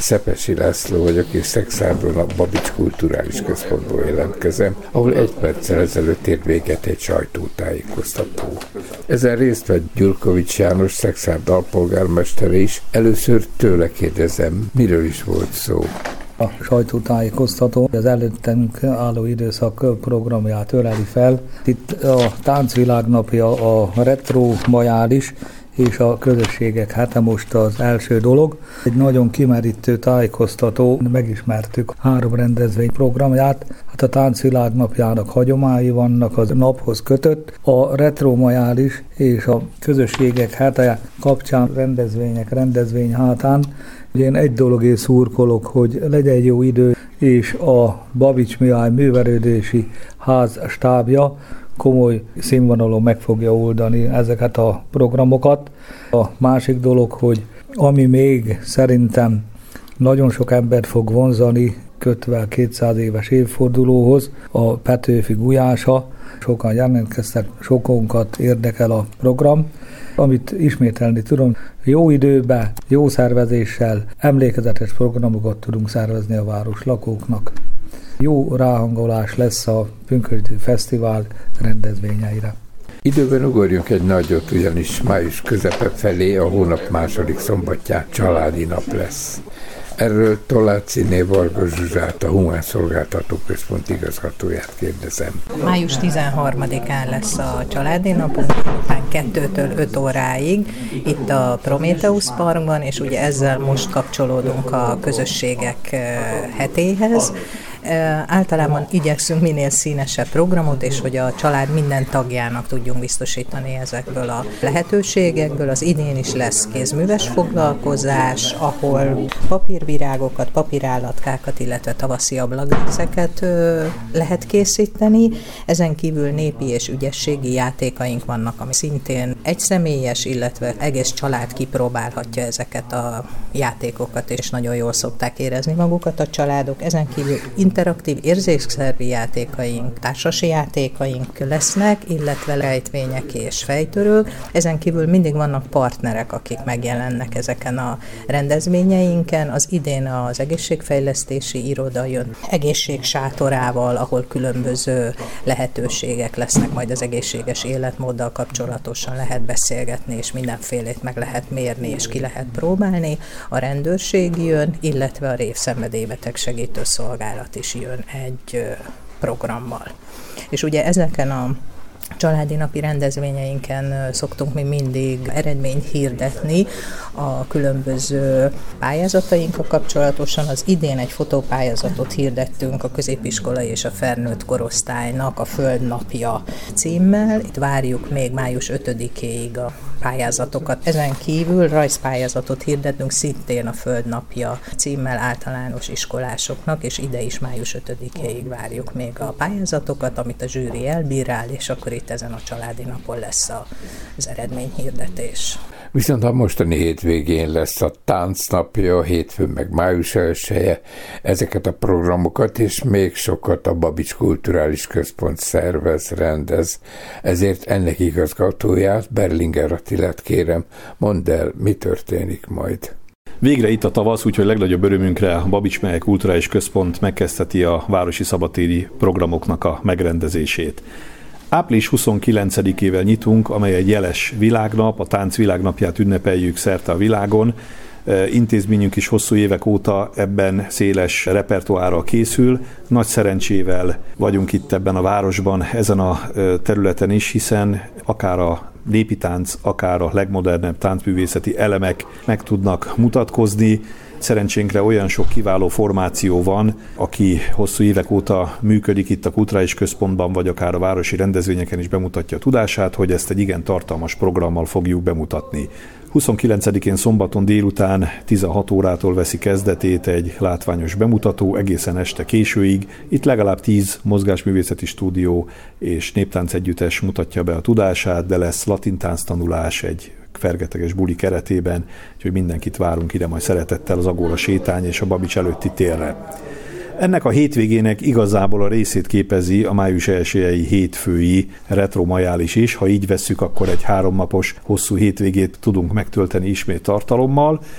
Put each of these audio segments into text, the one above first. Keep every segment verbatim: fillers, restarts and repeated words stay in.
Szepesi László vagyok, és Szexárdon a Babics Kulturális Központból jelentkezem, ahol egy perccel ezelőtt ért véget egy sajtótájékoztató. Ezen részt vett Gyurkovics János, Szexárd alpolgármestere is. Először tőle kérdezem, miről is volt szó. A sajtótájékoztató az előttünk álló időszak programját öleli fel. Itt a Táncvilágnapja, a Retro Majális és a közösségek hete most az első dolog. Egy nagyon kimerítő tájékoztató, megismertük három rendezvény programját. Hát a Táncvilágnapjának hagyományi vannak, az naphoz kötött. A Retro Majális és a közösségek hete kapcsán rendezvények rendezvény hátán. Én egy dologért szurkolok, hogy legyen jó idő, és a Babics Mihály Művelődési Ház stábja komoly színvonalon meg fogja oldani ezeket a programokat. A másik dolog, hogy ami még szerintem nagyon sok embert fog vonzani, kötve a kétszáz éves évfordulóhoz, a Petőfi gulyása. Sokan jelentkeztek, sokunkat érdekel a program. Amit ismételni tudom, jó időben, jó szervezéssel emlékezetes programokat tudunk szervezni a város lakóknak. Jó ráhangolás lesz a Pünkösdi Fesztivál rendezvényeire. Időben ugorjunk egy nagyot, ugyanis május közepe felé a hónap második szombatján családi nap lesz. Erről Tolácziné Varga Zsuzsát, a Humán Szolgáltató Központ igazgatóját kérdezem. május tizenharmadikán lesz a családi napunk, után kettőtől öt óráig itt a Prométheusz Parkban, és ugye ezzel most kapcsolódunk a közösségek hetéhez. Általában igyekszünk minél színesebb programot, és hogy a család minden tagjának tudjunk biztosítani ezekből a lehetőségekből. Az idén is lesz kézműves foglalkozás, ahol papírvirágokat, papírállatkákat, illetve tavaszi ablakdíszeket lehet készíteni. Ezen kívül népi és ügyességi játékaink vannak, ami szintén egyszemélyes, illetve egész család kipróbálhatja ezeket a játékokat, és nagyon jól szokták érezni magukat a családok. Ezen kívül interaktív érzékszervi játékaink, társasi játékaink lesznek, illetve rejtvények és fejtörők. Ezen kívül mindig vannak partnerek, akik megjelennek ezeken a rendezvényeinken. Az idén az egészségfejlesztési iroda jön egészségsátorával, ahol különböző lehetőségek lesznek, majd az egészséges életmóddal kapcsolatosan lehet beszélgetni, és mindenfélét meg lehet mérni, és ki lehet próbálni. A rendőrség jön, illetve a révszenvedélybeteg segítő szolgálat is jön egy programmal. És ugye ezeken a családi napi rendezvényeinken szoktunk mi mindig eredményt hirdetni a különböző pályázatainkkal kapcsolatosan. Az idén egy fotópályázatot hirdettünk a középiskolai és a felnőtt korosztálynak a Földnapja címmel. Itt várjuk még május ötödikéig a pályázatokat. Ezen kívül rajzpályázatot hirdettünk szintén a Földnapja címmel általános iskolásoknak, és ide is május ötödikéig várjuk még a pályázatokat, amit a zsűri elbírál, és akkor itt ezen a családi napon lesz az eredményhirdetés. Viszont a mostani hétvégén lesz a táncnapja, hétfőn meg május elseje, ezeket a programokat és még sokat a Babics Kulturális Központ szervez, rendez. Ezért ennek igazgatóját, Berlinger Attilát kérem, mondd el, mi történik majd. Végre itt a tavasz, úgyhogy legnagyobb örömünkre a Babics Mihály Kulturális Központ megkezdheti a városi szabadtéri programoknak a megrendezését. április huszonkilencedikével nyitunk, amely egy jeles világnap, a tánc világnapját ünnepeljük szerte a világon. Intézményünk is hosszú évek óta ebben széles repertoárral készül. Nagy szerencsével vagyunk itt ebben a városban, ezen a területen is, hiszen akár a népi tánc, akár a legmodernebb táncművészeti elemek meg tudnak mutatkozni. Szerencsénkre olyan sok kiváló formáció van, aki hosszú évek óta működik itt a Kulturális Központban, vagy akár a városi rendezvényeken is bemutatja a tudását, hogy ezt egy igen tartalmas programmal fogjuk bemutatni. huszonkilencedikén szombaton délután tizenhat órától veszi kezdetét egy látványos bemutató, egészen este későig. Itt legalább tíz mozgásművészeti stúdió és néptánc együttes mutatja be a tudását, de lesz latintánc tanulás egy fergeteges buli keretében, úgyhogy mindenkit várunk ide majd szeretettel az Agóra sétány és a Babics előtti térre. Ennek a hétvégének igazából a részét képezi a május elsejei hétfői Retro Majális is. Ha így vesszük, akkor egy háromnapos hosszú hétvégét tudunk megtölteni ismét tartalommal.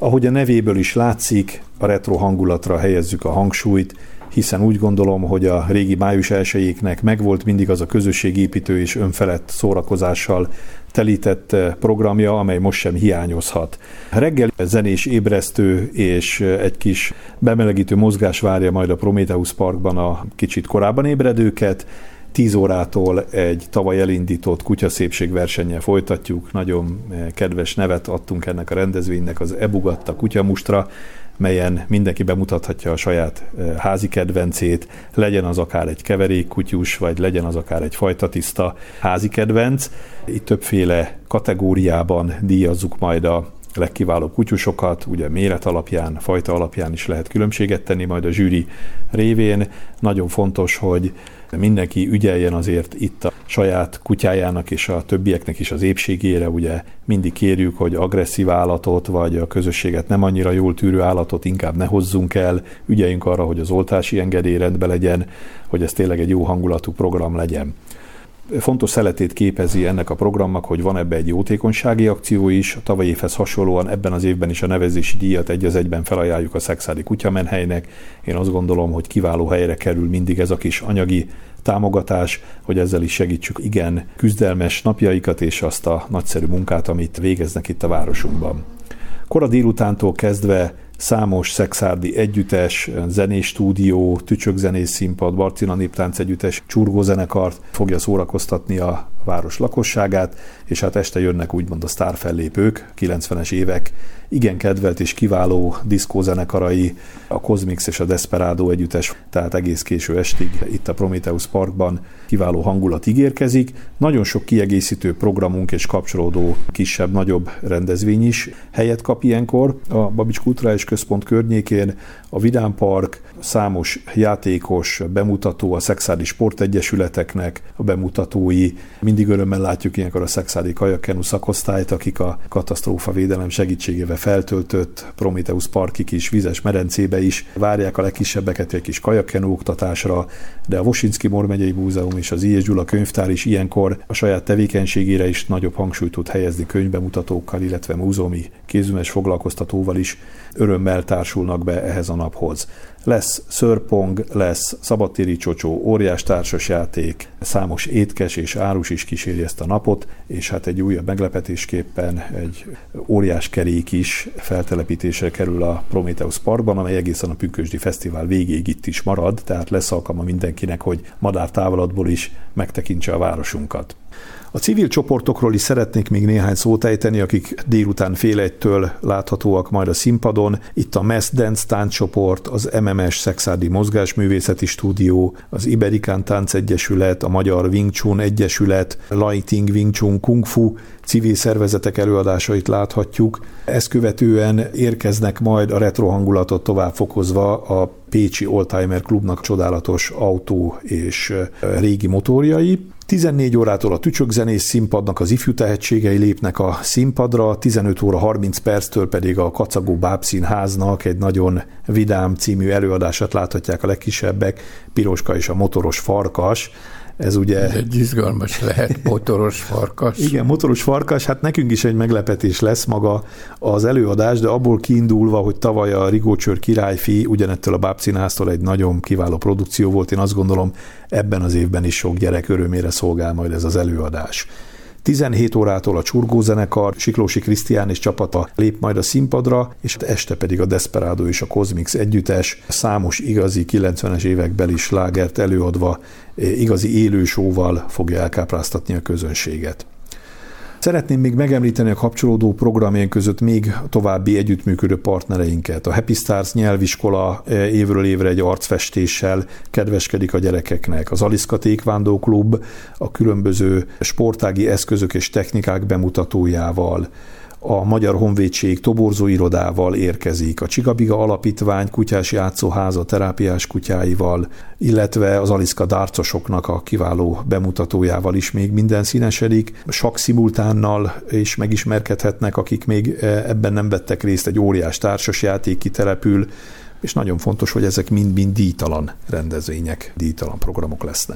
Ahogy a nevéből is látszik, a retro hangulatra helyezzük a hangsúlyt, hiszen úgy gondolom, hogy a régi május elsejéknek megvolt mindig az a közösségépítő és önfelett szórakozással telített programja, amely most sem hiányozhat. Reggel zenés ébresztő és egy kis bemelegítő mozgás várja majd a Prométheusz Parkban a kicsit korábban ébredőket. tíz órától egy tavaly elindított kutyaszépségversennyel folytatjuk. Nagyon kedves nevet adtunk ennek a rendezvénynek, az Ebugatta kutyamustra, melyen mindenki bemutathatja a saját házi kedvencét, legyen az akár egy keverékkutyus, vagy legyen az akár egy fajtatiszta házi kedvenc. Itt többféle kategóriában díjazzuk majd a legkiválóbb kutyusokat, ugye méret alapján, fajta alapján is lehet különbséget tenni majd a zsűri révén. Nagyon fontos, hogy mindenki ügyeljen azért itt a saját kutyájának és a többieknek is az épségére. Ugye mindig kérjük, hogy agresszív állatot, vagy a közösséget nem annyira jól tűrő állatot inkább ne hozzunk el. Ügyeljünk arra, hogy az oltási engedély rendben legyen, hogy ez tényleg egy jó hangulatú program legyen. Fontos szeletét képezi ennek a programnak, hogy van ebbe egy jótékonysági akció is. A tavalyi évhez hasonlóan ebben az évben is a nevezési díjat egy az egyben felajánljuk a Szekszárdi Kutyamenhelynek. Én azt gondolom, hogy kiváló helyre kerül mindig ez a kis anyagi támogatás, hogy ezzel is segítsük igen küzdelmes napjaikat és azt a nagyszerű munkát, amit végeznek itt a városunkban. Kora délutántól kezdve számos szekszárdi együttes, zenés stúdió, tücsökzenés színpad, Barcina Néptánc együttes, csurgózenekart fogja szórakoztatni a város lakosságát, és hát este jönnek úgymond a sztárfellépők, kilencvenes évek igen kedvelt és kiváló diszkózenekarai, a Kozmix és a Desperado együttes, tehát egész késő estig itt a Prométheusz Parkban kiváló hangulat ígérkezik. Nagyon sok kiegészítő programunk és kapcsolódó kisebb, nagyobb rendezvény is helyet kap ilyenkor a Babits Kulturális Központ környékén. A Vidám Park, számos játékos bemutató, a szekszárdi sportegyesületeknek a bemutatói. Mindig örömmel látjuk ilyenkor a szekszárdi kajakkenu szakosztályt, akik a katasztrófavédelem segítségével feltöltött Prométheusz Parki kis vizes medencébe is várják a legkisebbeket egy kis kajakkenu oktatásra, de a Wosinski Mor megyei Múzeum és az I és Gyula könyvtár is ilyenkor a saját tevékenységére is nagyobb hangsúlyt tud helyezni könyvbemutatókkal, illetve múzeumi kézműves foglalkoztatóval is örömmel társulnak be ehhez a naphoz. Lesz szörpong, lesz szabadtéri csocsó, óriás társasjáték, számos étkes és árus is kíséri ezt a napot, és hát egy újabb meglepetésképpen egy óriás kerék is feltelepítésre kerül a Prométheusz Parkban, amely egészen a Pünkösdi Fesztivál végéig itt is marad, tehát lesz alkalma mindenkinek, hogy madártávolatból is megtekintse a városunkat. A civil csoportokról is szeretnék még néhány szót ejteni, akik délután fél egytől láthatóak majd a színpadon. Itt a Mass Dance tánccsoport, az em em es Szekszárdi Mozgásművészeti Stúdió, az Iberikán Táncegyesület, a Magyar Wing Chun Egyesület, Lighting Wing Chun Kung Fu civil szervezetek előadásait láthatjuk. Ezt követően érkeznek majd a retro hangulatot tovább fokozva a Pécsi Oldtimer Klubnak csodálatos autó és régi motorjai. tizennégy órától a tücsökzenés színpadnak az ifjú tehetségei lépnek a színpadra, tizenöt óra harminc perctől pedig a Kacagó Bábszínháznak egy nagyon vidám című előadását láthatják a legkisebbek, Piroska és a motoros farkas. Ez ugye... Ez egy izgalmas lehet, motoros farkas. Igen, motoros farkas, hát nekünk is egy meglepetés lesz maga az előadás, de abból kiindulva, hogy tavaly a Rigócsőr királyfi ugyanettől a Bábszínháztól egy nagyon kiváló produkció volt, én azt gondolom ebben az évben is sok gyerek örömére szolgál majd ez az előadás. tizenhét órától a csurgózenekar, Siklósi Krisztián és csapata lép majd a színpadra, és este pedig a Desperado és a Kozmix együttes számos igazi kilencvenes évekbeli slágert előadva, igazi élő show-val fogja elkápráztatni a közönséget. Szeretném még megemlíteni a kapcsolódó programjaink között még további együttműködő partnereinket. A Happy Stars nyelviskola évről évre egy arcfestéssel kedveskedik a gyerekeknek. Az Aliszka Taekwondo Klub a különböző sportági eszközök és technikák bemutatójával. A Magyar Honvédség toborzó irodával érkezik, a Csigabiga Alapítvány kutyás játszóháza terápiás kutyáival, illetve az Aliszka dárcosoknak a kiváló bemutatójával is még minden színesedik. Sakk szimultánnal is megismerkedhetnek, akik még ebben nem vettek részt, egy óriás társasjáték kitelepül, és nagyon fontos, hogy ezek mind-mind díjtalan rendezvények, díjtalan programok lesznek.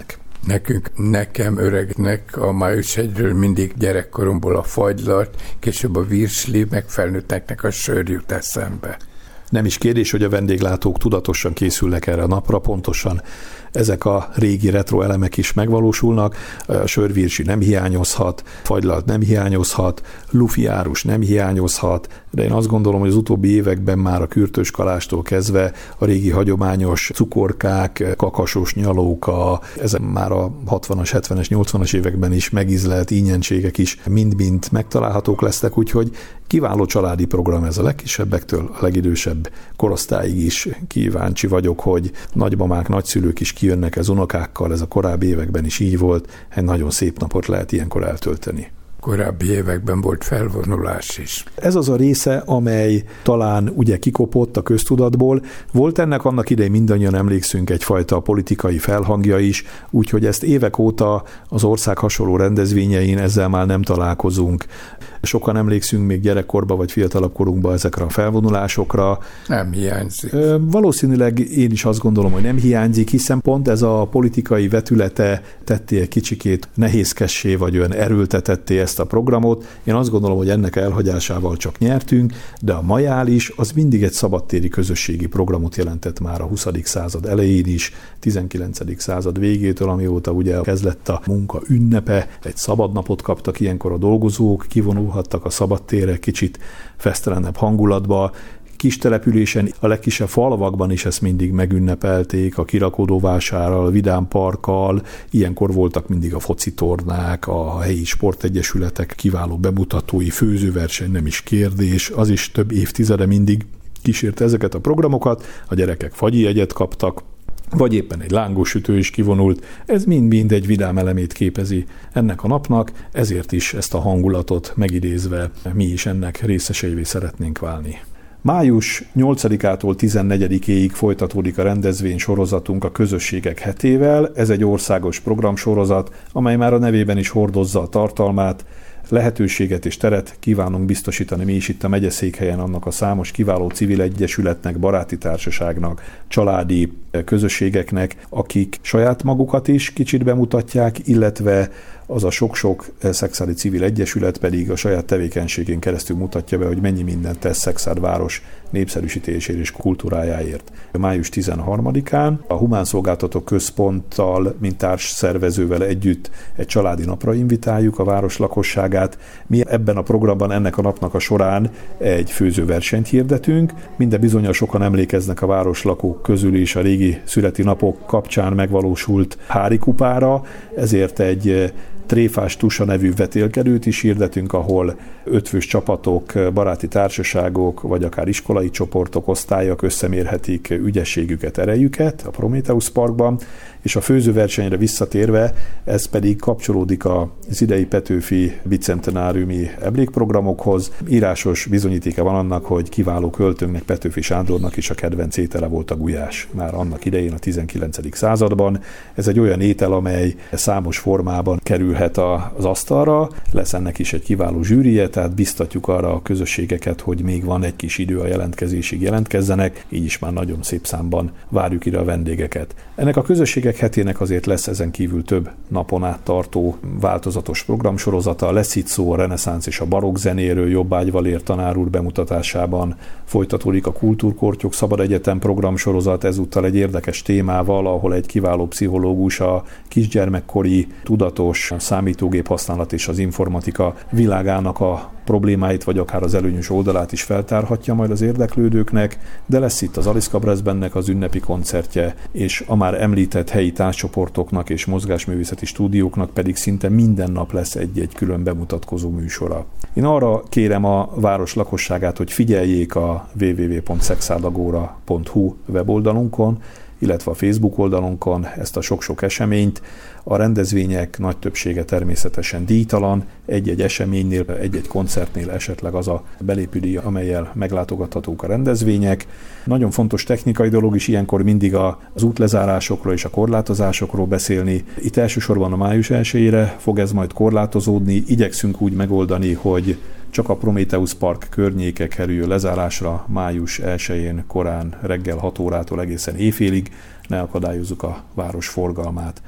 Nekünk, nekem öregnek a Májushegyről mindig gyerekkoromból a fagylalt, később a virsli, meg felnőtteknek a sör jut eszembe. Nem is kérdés, hogy a vendéglátók tudatosan készülnek erre a napra, pontosan ezek a régi retro elemek is megvalósulnak, a sörvirsi nem hiányozhat, fagylalt nem hiányozhat, lufi árus nem hiányozhat, de én azt gondolom, hogy az utóbbi években már a kürtös kalástól kezdve a régi hagyományos cukorkák, kakasos nyalóka, ezek már a hatvanas, hetvenes, nyolcvanas években is megízlelt ínyenségek is mind-mind megtalálhatók lesznek, úgyhogy kiváló családi program ez a legkisebbektől a legidősebb korosztályig is. Kíváncsi vagyok, hogy nagymamák, nagyszülők is kijönnek ez unokákkal, ez a korábbi években is így volt, egy nagyon szép napot lehet ilyenkor eltölteni. Korábbi években volt felvonulás is. Ez az a része, amely talán ugye kikopott a köztudatból. Volt ennek annak idején, mindannyian emlékszünk, egyfajta politikai felhangja is, úgyhogy ezt évek óta az ország hasonló rendezvényein ezzel már nem találkozunk. Sokan emlékszünk még gyerekkorba vagy fiatalabb korunkba ezekre a felvonulásokra. Nem hiányzik. Valószínűleg én is azt gondolom, hogy nem hiányzik, hiszen pont ez a politikai vetülete tetté egy kicsikét nehézkessé, vagy olyan erőltetetté ezt a programot. Én azt gondolom, hogy ennek elhagyásával csak nyertünk, de a majál is az mindig egy szabadtéri közösségi programot jelentett már a huszadik század elején is, tizenkilencedik század végétől, amióta ugye kezdett a munka ünnepe, egy szabadnapot kaptak ilyenkor a dolgozók, kivonulhattak a szabadtérre kicsit fesztelenebb hangulatba. Kis településen, a legkisebb falvakban is ezt mindig megünnepelték, a kirakodóvásárral, a vidámparkkal, ilyenkor voltak mindig a focitornák, a helyi sportegyesületek kiváló bemutatói, főzőverseny, nem is kérdés, az is több évtizede mindig kísérte ezeket a programokat, a gyerekek fagyi jegyet kaptak, vagy éppen egy lángosütő is kivonult, ez mind-mind egy vidám elemét képezi ennek a napnak, ezért is ezt a hangulatot megidézve mi is ennek részeseivé szeretnénk válni. Május nyolcadikától tizennegyedikéig folytatódik a rendezvény sorozatunk a Közösségek hetével. Ez egy országos programsorozat, amely már a nevében is hordozza a tartalmát. Lehetőséget és teret kívánunk biztosítani mi is itt a megyeszékhelyen annak a számos kiváló civil egyesületnek, baráti társaságnak, családi közösségeknek, akik saját magukat is kicsit bemutatják, illetve az a sok-sok szexádi civil egyesület pedig a saját tevékenységén keresztül mutatja be, hogy mennyi mindent tesz Szekszárd város népszerűsítésért és kultúrájáért. Május tizenharmadikán a Humán Szolgáltatók Központtal, mint társszervezővel együtt egy családi napra invitáljuk a város lakosságát. Mi ebben a programban ennek a napnak a során egy főzőversenyt hirdetünk. Minden bizonnyal sokan emlékeznek a városlakók közül is a régi születi napok kapcsán megvalósult hárikupára, ezért egy Tréfás Tusa nevű vetélkedőt is hirdetünk, ahol ötfős csapatok, baráti társaságok, vagy akár iskolai csoportok, osztályok összemérhetik ügyességüket, erejüket a Prométheusz Parkban, és a főzőversenyre visszatérve, ez pedig kapcsolódik az idei Petőfi bicentenáriumi emlékprogramokhoz. Írásos bizonyítéka van annak, hogy kiváló költőnknek, Petőfi Sándornak is a kedvenc étele volt a gulyás. Már annak idején a tizenkilencedik században. Ez egy olyan étel, amely számos formában kerülhet az asztalra. Lesz ennek is egy kiváló zsűrije, tehát biztatjuk arra a közösségeket, hogy még van egy kis idő a jelentkezésig, jelentkezzenek, így is már nagyon szép számban várjuk ide a vendégeket. Ennek a közösségek hetének azért lesz ezen kívül több napon át tartó változatos programsorozata. Lesz itt szó a reneszánsz és a barokk zenéről Jobbágy Valér tanár úr bemutatásában. Folytatódik a Kultúrkortyok Szabad Egyetem programsorozat, ezúttal egy érdekes témával, ahol egy kiváló pszichológus a kisgyermekkori tudatos számítógép használat és az informatika világának a problémáit, vagy akár az előnyös oldalát is feltárhatja majd az érdeklődőknek, de lesz itt az Alice Cabrezbennek az ünnepi koncertje, és a már említett helyi társcsoportoknak és mozgásművészeti stúdióknak pedig szinte minden nap lesz egy-egy külön bemutatkozó műsora. Én arra kérem a város lakosságát, hogy figyeljék a double-u double-u double-u pont szexárdagóra pont hu weboldalunkon, illetve a Facebook oldalunkon ezt a sok-sok eseményt. A rendezvények nagy többsége természetesen díjtalan, egy-egy eseménynél, egy-egy koncertnél esetleg az a belépődíj, amellyel meglátogathatók a rendezvények. Nagyon fontos technikai dolog is ilyenkor mindig az útlezárásokról és a korlátozásokról beszélni. Itt elsősorban a május elsejére fog ez majd korlátozódni. Igyekszünk úgy megoldani, hogy csak a Prométheusz Park környéke kerül lezárásra május elsején korán reggel hat órától egészen éjfélig, ne akadályozzuk a város forgalmát.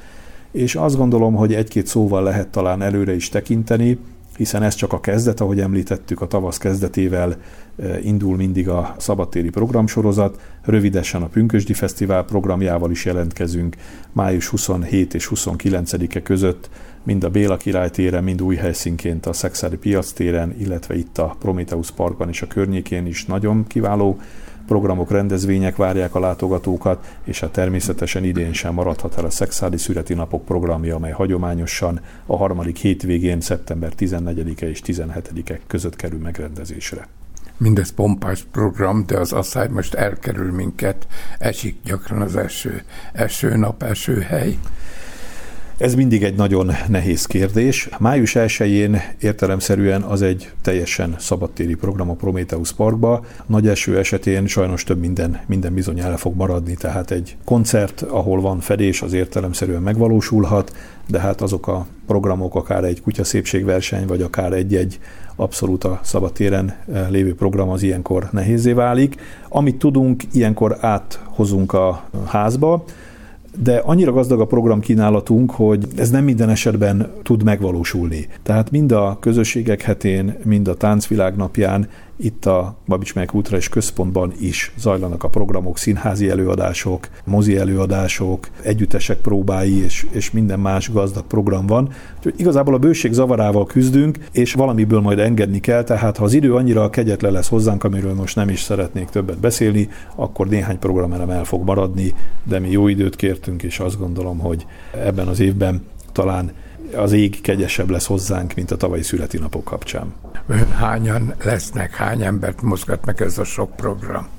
és azt gondolom, hogy egy-két szóval lehet talán előre is tekinteni, hiszen ez csak a kezdet, ahogy említettük, a tavasz kezdetével indul mindig a szabadtéri programsorozat. Rövidesen a Pünkösdi Fesztivál programjával is jelentkezünk május huszonhetedike és huszonkilencedike között, mind a Béla Király téren, mind új helyszínként a Szekszárdi Piac téren, illetve itt a Prométheusz Parkban és a környékén is nagyon kiváló programok, rendezvények várják a látogatókat, és hát természetesen idén sem maradhat el a Szekszárdi Szüreti Napok programja, amely hagyományosan a harmadik hétvégén, szeptember tizennegyedike és tizenhetedike között kerül megrendezésre. Mindez pompás program, de az asszály most elkerül minket, esik gyakran az eső, eső nap, eső hely. Ez mindig egy nagyon nehéz kérdés. május elsején értelemszerűen az egy teljesen szabadtéri program a Prométheusz Parkba. Nagy eső esetén sajnos több minden, minden bizony el fog maradni, tehát egy koncert, ahol van fedés, az értelemszerűen megvalósulhat, de hát azok a programok, akár egy kutyaszépségverseny, vagy akár egy-egy abszolút a szabadtéren lévő program az ilyenkor nehézzé válik. Amit tudunk, ilyenkor áthozunk a házba, de annyira gazdag a programkínálatunk, hogy ez nem minden esetben tud megvalósulni. Tehát mind a közösségek hetén, mind a Táncvilág napján itt a Babits Mely Kulturális Központban is zajlanak a programok, színházi előadások, mozi előadások, együttesek próbái és, és minden más gazdag program van. Úgyhogy igazából a bőség zavarával küzdünk, és valamiből majd engedni kell, tehát ha az idő annyira kegyetlen lesz hozzánk, amiről most nem is szeretnék többet beszélni, akkor néhány programelem el fog maradni, de mi jó időt kértünk, és azt gondolom, hogy ebben az évben talán az ég kegyesebb lesz hozzánk, mint a tavalyi születi napok kapcsán. Hányan lesznek, hány embert mozgat meg ez a sok program?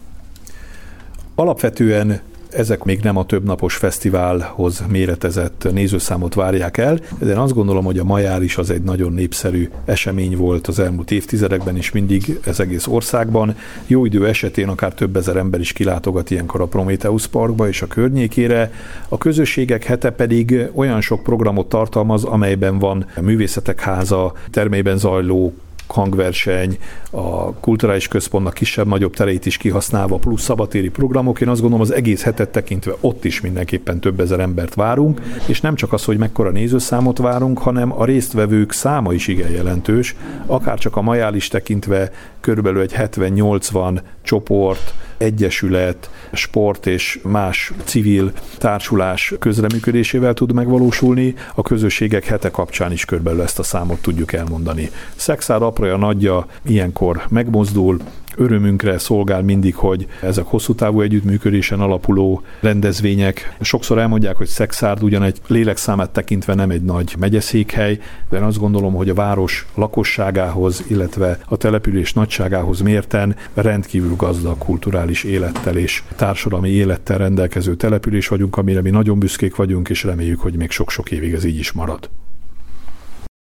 Alapvetően ezek még nem a többnapos fesztiválhoz méretezett nézőszámot várják el, de én azt gondolom, hogy a Majáris az egy nagyon népszerű esemény volt az elmúlt évtizedekben is mindig ez egész országban. Jó idő esetén akár több ezer ember is kilátogat ilyenkor a Prométheusz Parkba és a környékére. A közösségek hete pedig olyan sok programot tartalmaz, amelyben van művészetek háza, termében zajló hangverseny, a kulturális központnak kisebb-nagyobb tereit is kihasználva, plusz szabadtéri programok. Én azt gondolom, az egész hetet tekintve ott is mindenképpen több ezer embert várunk, és nem csak az, hogy mekkora nézőszámot várunk, hanem a résztvevők száma is igen jelentős, akár csak a Majális tekintve körülbelül egy hetven-nyolcvan csoport, egyesület, sport és más civil társulás közreműködésével tud megvalósulni, a közösségek hete kapcsán is körülbelül ezt a számot tudjuk elmondani. Szekszárd apraja nagyja ilyenkor megmozdul, örömünkre szolgál mindig, hogy ezek hosszú távú együttműködésen alapuló rendezvények. Sokszor elmondják, hogy Szekszárd ugyan egy lélekszámát tekintve nem egy nagy megyeszékhely, de én azt gondolom, hogy a város lakosságához, illetve a település nagyságához mérten rendkívül gazdag kulturális élettel és társadalmi élettel rendelkező település vagyunk, amire mi nagyon büszkék vagyunk, és reméljük, hogy még sok-sok évig ez így is marad.